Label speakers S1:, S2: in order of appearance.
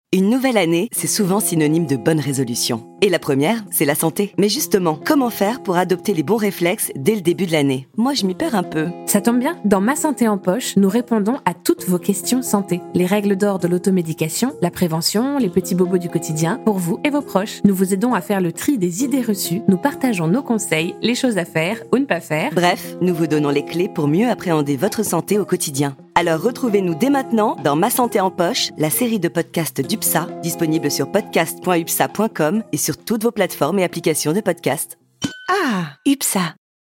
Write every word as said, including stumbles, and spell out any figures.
S1: Une nouvelle année, c'est souvent synonyme de bonnes résolutions. Et la première, c'est la santé. Mais justement, comment faire pour adopter les bons réflexes dès le début de l'année ? Moi, je m'y perds un peu.
S2: Ça tombe bien, dans Ma Santé en Poche, nous répondons à toutes vos questions santé. Les règles d'or de l'automédication, la prévention, les petits bobos du quotidien, pour vous et vos proches. Nous vous aidons à faire le tri des idées reçues, nous partageons nos conseils, les choses à faire ou ne pas faire.
S1: Bref, nous vous donnons les clés pour mieux appréhender votre santé au quotidien. Alors retrouvez-nous dès maintenant dans Ma Santé en Poche, la série de podcasts d'U P S A, disponible sur podcast point u p s a point com et sur toutes vos plateformes et applications de podcast.
S3: Ah, U P S A,